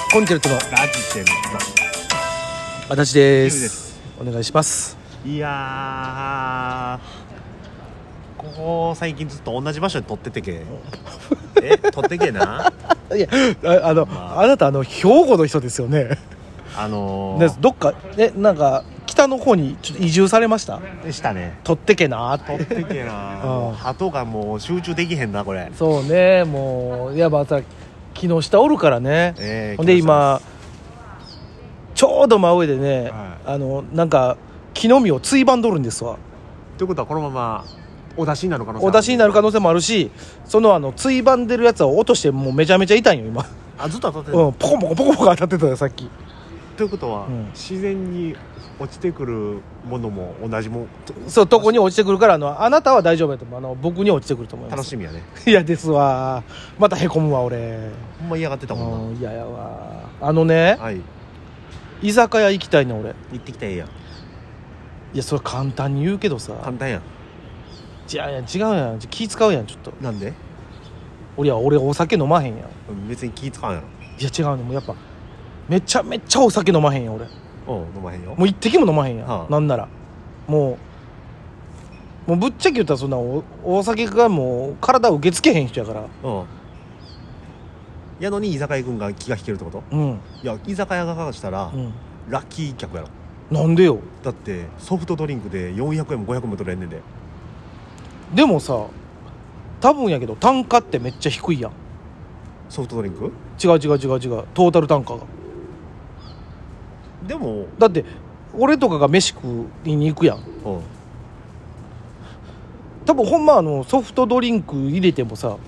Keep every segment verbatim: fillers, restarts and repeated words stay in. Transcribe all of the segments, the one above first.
コンチェルトのラジチェル私でトですす。 お願いします。 いやー、ここ最近ずっと同じ場所で撮っててけえ撮ってけないや あ, あの、まあ、あなたあの兵庫の人ですよね。 あのー、どっかえなんか北の方にちょっと移住されました？ でしたね。 取ってけなーって撮ってけなもう鳩がもう集中できへんなこれ。 そうね、もういやまあさ木の下おるからね、 えー、 ほんで今ちょうど真上でね、 はい、 あのなんか木の実をついばんどるんですわ。 ということはこのままお出しになる可能性お出しになる可能性もあるし、そのあのついばんでるやつを落としてもうめちゃめちゃ痛いよ今。 あずっと当たってる、 うん、ポコポコポコポコ当たってたよさっき。 ということは、 うん、 自然に落ちてくるものも同じもんそうとこに落ちてくるから、あのあなたは大丈夫やと思う。あの僕に落ちてくると思います。 楽しみやね。 いやですわ、またへこむわ俺。 ほんま嫌がってたもんな。 いややわ。あのね、 はい、 居酒屋行きたいね俺。 行ってきたらええやん。 いやそれ簡単に言うけどさ、 簡単やん。 いやいや違うやん、気使うやんちょっと。 なんで？ 俺は俺お酒飲まへんやん。 別に気使わんやろ。 いや違うね、もうやっぱめちゃめちゃお酒飲まへんやん俺。 うん飲まへんよ。 もう一滴も飲まへんやん、 はあ、 なんならもうもうぶっちゃけ言ったらそんな お, お酒がもう体を受け付けへん人やから。 うんやのに居酒屋君が気が引けるってこと？ うん。 いや居酒屋側からしたら、 うん、 ラッキー客やろ。 なんでよ。 だってソフトドリンクでよんひゃくえんもごひゃくえんも取れんねんで。 でもさ多分やけど単価ってめっちゃ低いやん。 ソフトドリンク？ 違う違う違う違う、トータル単価が。 でもだって俺とかが飯食いに行くやん。 うん多分ほんまあのソフトドリンク入れてもさ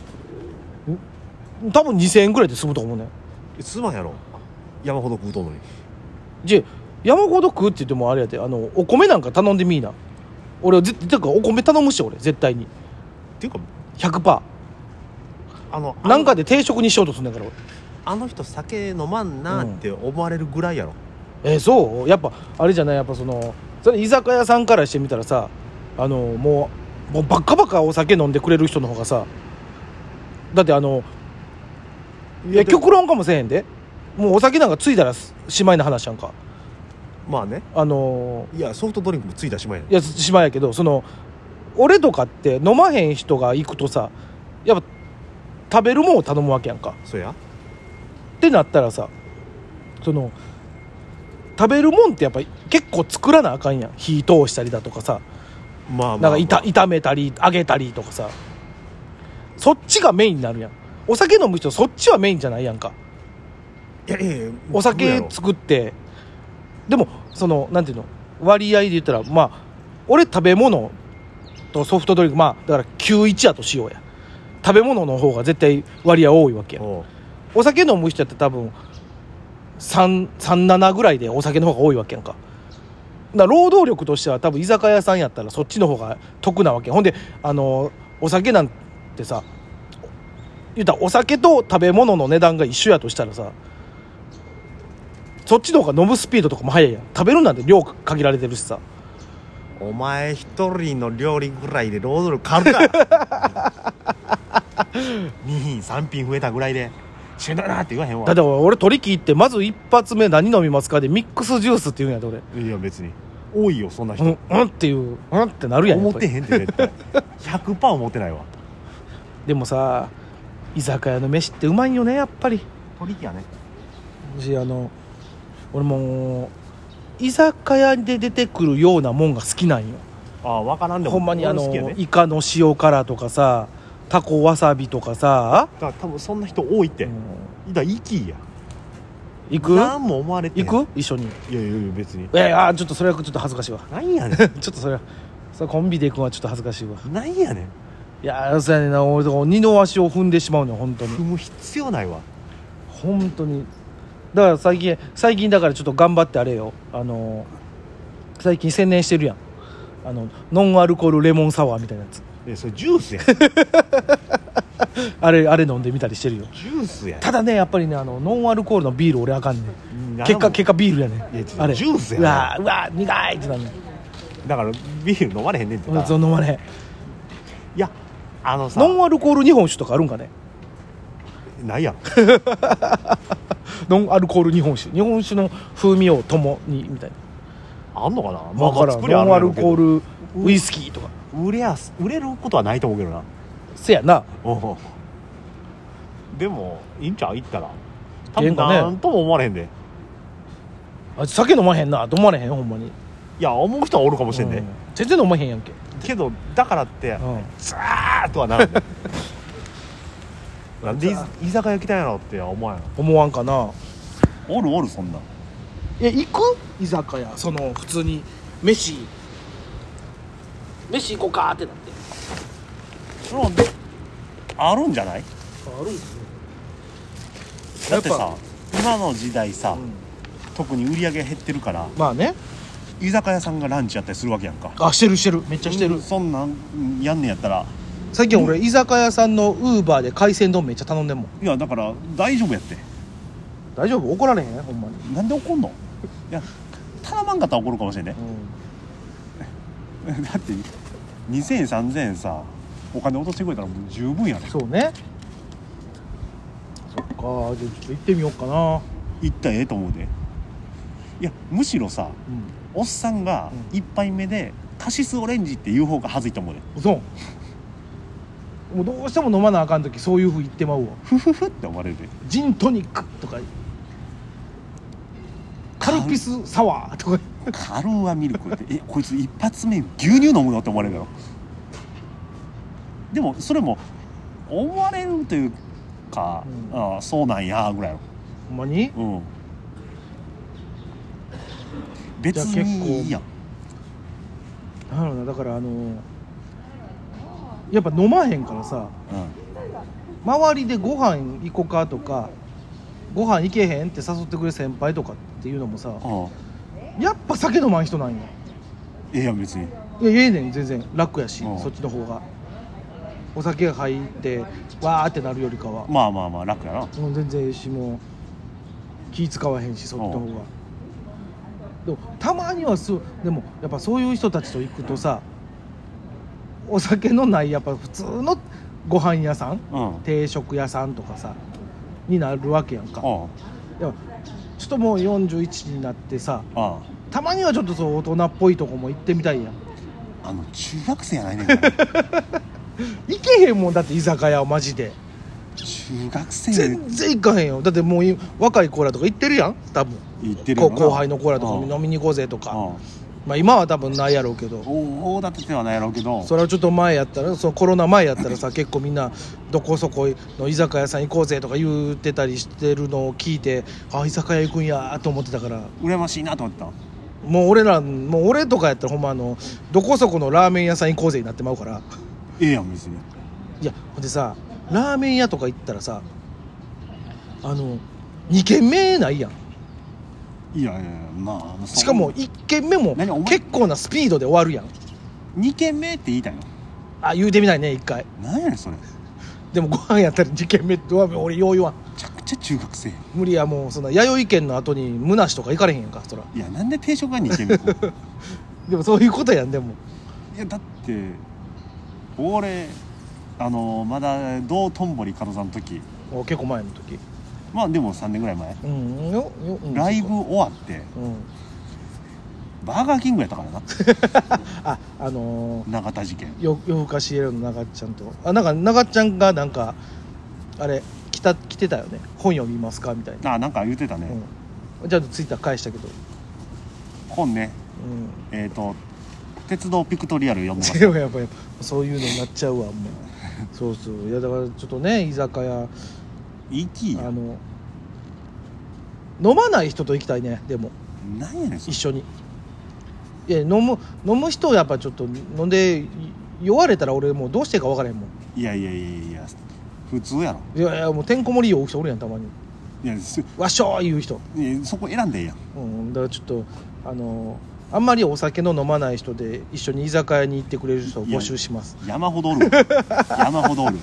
多分にせんえんぐらいで済むと思うねん。 すまんやろ山ほど食うとんのに。 じゃ山ほど食うって言ってもあれやで、あのお米なんか頼んでみーな。俺は絶対お米頼むし俺絶対にっていうかひゃくパーあのなんかで定食にしようとすんねんから俺。 あの人酒飲まんなって思われるぐらいやろ、 うん、えー、そうやっぱあれじゃない、やっぱそのそれ居酒屋さんからしてみたらさ、あのもうもうバッカバカお酒飲んでくれる人の方がさ、だってあのいや極論かもせえへんで、もうお酒なんかついたらしまいな話やんか。 まあね。 あのいやソフトドリンクもついたしまいやん。 いやしまいやけど、その俺とかって飲まへん人が行くとさ、やっぱ食べるもんを頼むわけやんか。 そうやってなったらさ、その食べるもんってやっぱ結構作らなあかんやん。火通したりだとかさ、 まあまあ、まあ、 なんか炒めたり揚げたりとかさ、そっちがメインになるやん。お酒飲む人そっちはメインじゃないやんか。 いやいやいやお酒作ってでもそのなんていうの割合で言ったら、まあ俺食べ物とソフトドリンク、まあだからきゅういちやとしようや。食べ物の方が絶対割合多いわけや。 お, お酒飲む人って多分さんじゅうななぐらいでお酒の方が多いわけやんか。だから労働力としては多分居酒屋さんやったらそっちの方が得なわけ。ほんであのお酒なんてさ、言ったらお酒と食べ物の値段が一緒やとしたらさ、そっちの方が飲むスピードとかも速いやん。食べるなんて量限られてるしさ。 お前一人の料理ぐらいで労働力変わるかに品さん品増えたぐらいでしんどいなって言わへんわ。 だって俺取り切ってまず一発目何飲みますかでミックスジュースって言うんやで俺。 いや別に多いよそんな人。 うんうんっていううんってなるやん。 思ってへんって絶対 ひゃくパーセント 思ってないわ。 でもさ居酒屋の飯ってうまいよねやっぱり。 取り引きやね。 私あの俺も居酒屋で出てくるようなもんが好きなんよ。 ああ分からんでもほんまにあの、 ね、 イカの塩辛とかさ、タコわさびとかさ。 だから多分そんな人多いって、うん、だから行きや行く何も思われて行く一緒に。いやいやいや別に。いやいやちょっとそれはちょっと恥ずかしいわ。 なんやねんちょっとそれはそれコンビで行くのはちょっと恥ずかしいわ。 なんやねん。 いやそうやねんな、俺とか二の足を踏んでしまうのよ本当に。 踏む必要ないわ本当に。だから最近最近だからちょっと頑張ってあれよ、あの最近宣伝してるやん、あのノンアルコールレモンサワーみたいなやつ。 いやそれジュースやあれあれ飲んでみたりしてるよ。 ジュースや。 ただねやっぱりね、あのノンアルコールのビール俺あかんねん。結果結果ビールやねん。あれジュースや、ね、 うわうわ苦いってなんねん。 だからビール飲まれへんねんって言ったそう飲まれへん。 いやあのさノンアルコール日本酒とかあるんかね。 ないやんノンアルコール日本酒日本酒の風味を共にみたいなあんのかな、 まあ、だからノンアルコールウイスキーとか売れや売れることはないと思うけどな。 せやな。 おおでもいいんちゃう行ったら多分ええんかねなんとも思われへんで。 あ酒飲まへんなと思われへんほんまに。 いや思う人はおるかもしれんで、 うん全然飲まへんやんけ。 けどだからってうんザーッとはなるんでなんで居酒屋来たんやろって思わんやろ。 思わんかな。 おるおるそんなん。 え行く居酒屋その普通に飯飯行こうかってなってうんであるんじゃない。 あるんだってやっさ今の時代さ、 うん特に売り上げ減ってるからまあね居酒屋さんがランチやったりするわけやんか。 あしてるしてるめっちゃしてる、 うんそんなんやんねやったら最近俺居酒屋さんのウーバーで海鮮丼めっちゃ頼んでんもん。 いやだから大丈夫やって。 大丈夫怒られへんほんまに、 なんで怒んの。いや頼まんかったら怒るかもしれんねうだってにせんえんさんぜんえんさお金落としてくれたらもう十分やね。 ん、そうねそっかじゃあちょっと行ってみようかな。 行ったらええと思うで。いやむしろさうんおっさんが一杯目でカシスオレンジって言う方が恥ずいと思うで。 そうもうどうしても飲まなあかん時そういう風言ってまうわ。 フフフって思われるで。 ジントニックとかカルピスサワーとかカルーアミルクってえこいつ一発目牛乳飲むのって思われるだろ。でもそれも思われるというか、 うんああそうなんやぐらいの。 ほんまにうん別じゃあ結構にいいやん。 なんやろなだからあのやっぱ飲まへんからさうん周りでご飯行こうかとかご飯行けへんって誘ってくれる先輩とかっていうのもさああやっぱ酒飲まん人なんや。 ええやん別に。 いやええねん全然楽やしうんそっちの方がお酒が入ってわーってなるよりかはまあまあまあ楽やな。 もう全然ええしもう気使わへんしそっちの方がでもたまにはそうでもやっぱそういう人たちと行くとさお酒のないやっぱ普通のご飯屋さんうん定食屋さんとかさになるわけやんか。 あでもちょっともうよんじゅういちになってさあたまにはちょっとそう大人っぽいとこも行ってみたいやん。 あの中学生やないねんから行けへんもんだって居酒屋はマジで中学生全然行かへんよ。だってもうい若い子らとか行ってるやん多分言ってるよな。 こう後輩の子らとかうん飲みに行こうぜとかうんまあ今は多分ないやろうけど大立ててはないやろうけどそれはちょっと前やったらそのコロナ前やったらさ結構みんなどこそこの居酒屋さん行こうぜとか言ってたりしてるのを聞いてあ居酒屋行くんやと思ってたから羨ましいなと思った。 もう俺らもう俺とかやったらほんまあのどこそこのラーメン屋さん行こうぜになってまうからええやん別に。 いやほんでさラーメン屋とか行ったらさあのに軒目ないやん。 いやいやいやまあしかもいっ軒目も何お前結構なスピードで終わるやん。 に軒目って言いたいの。 あ言うてみないね一回。 なんやねんそれ。めでもご飯やったらに軒目って俺よう言わん。 ちゃくちゃ中学生。 無理やもうそんな弥生県の後にむなしとか行かれへんやんかそら。 いやなんで定食がに軒目こうでもそういうことやんでもいやだって俺あのまだ道頓堀門さんの時お結構前の時まあでもさんねんぐらい前、 うんよよ、うん、 ライブそう終わってかバーガーキングやったからなうんああのー、 永田事件。 よ夜更かしエロの長っちゃんとあなんか長っちゃんがなんかあれ来た来てたよね本読みますかみたいな、 あなんか言ってたね、 うん、ちゃんとツイッター返したけど本ねうんえっ、ー、と鉄道ピクトリアル読んでますでもやっぱやっぱそういうのになっちゃうわもうそうそういやだからちょっとね居酒屋行きやあの飲まない人と行きたいねでもなんやねんそれ。 一緒にいや飲む飲む人やっぱちょっと飲んで酔われたら俺もうどうしていいか分からへんもん。 いやいやいやいや普通やろ。 いやいやもうてんこ盛り酔う人おるやんたまにいやすわっしょー言う人、 いやそこ選んでええやん。 うん、だからちょっとあのあんまりお酒の飲まない人で一緒に居酒屋に行ってくれる人を募集します。 山ほどおる山ほどおる。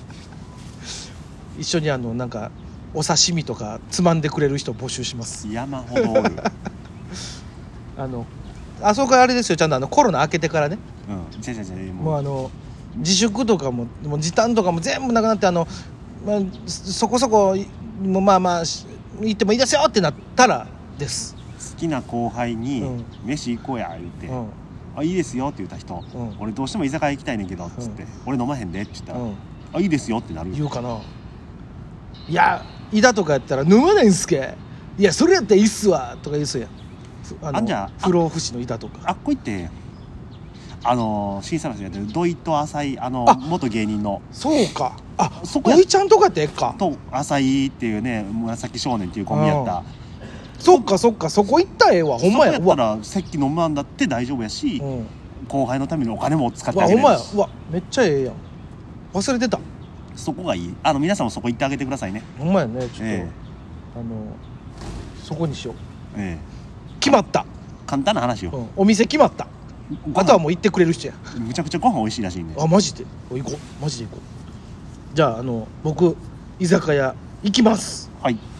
一緒にあのなんかお刺身とかつまんでくれる人を募集します。 山ほどおる。 あのあそこからあれですよちゃんとあのコロナ明けてからねうん違う違う違うもうあの自粛とかももう時短とかも全部なくなってあのまあ、そこそこもまあまあ行ってもいいですよってなったらです。 好きな後輩に、 うん、 飯行こうや言って、うん、あいいですよって言った人、うん、俺どうしても居酒屋行きたいねんけどっつって、うん、俺飲まへんでって言ったら、うん、あいいですよってなる。 言うかな。いや井田とかやったら飲まないんすけ、いやそれやったらいいっすわとか言うそうやん。あのあんじゃ不老不死の井田とかあっこ行ってあの新サラスやってる土井と浅井あの元芸人のそうかあそこ土井ちゃんとかやってえっかと浅井っていうね紫少年っていうコンビやった、うん、 そっかそっかそこ行ったらええわほんまや。 そこやったら席飲まんだって大丈夫やし、うん、後輩のためにお金も使ってあげれるし。 ほんまやうわめっちゃええやん忘れてた。 そこがいい。あの皆さんもそこ行ってあげてくださいね。 ほんまやねちょっと、えー、あのそこにしよう、えー、決まった。 簡単な話よ、 うん、お店決まった。あとはもう行ってくれる人や。 むちゃくちゃご飯美味しいらしいんで。 あマジで行こうマジで行こう。じゃああの僕居酒屋行きます。 はい。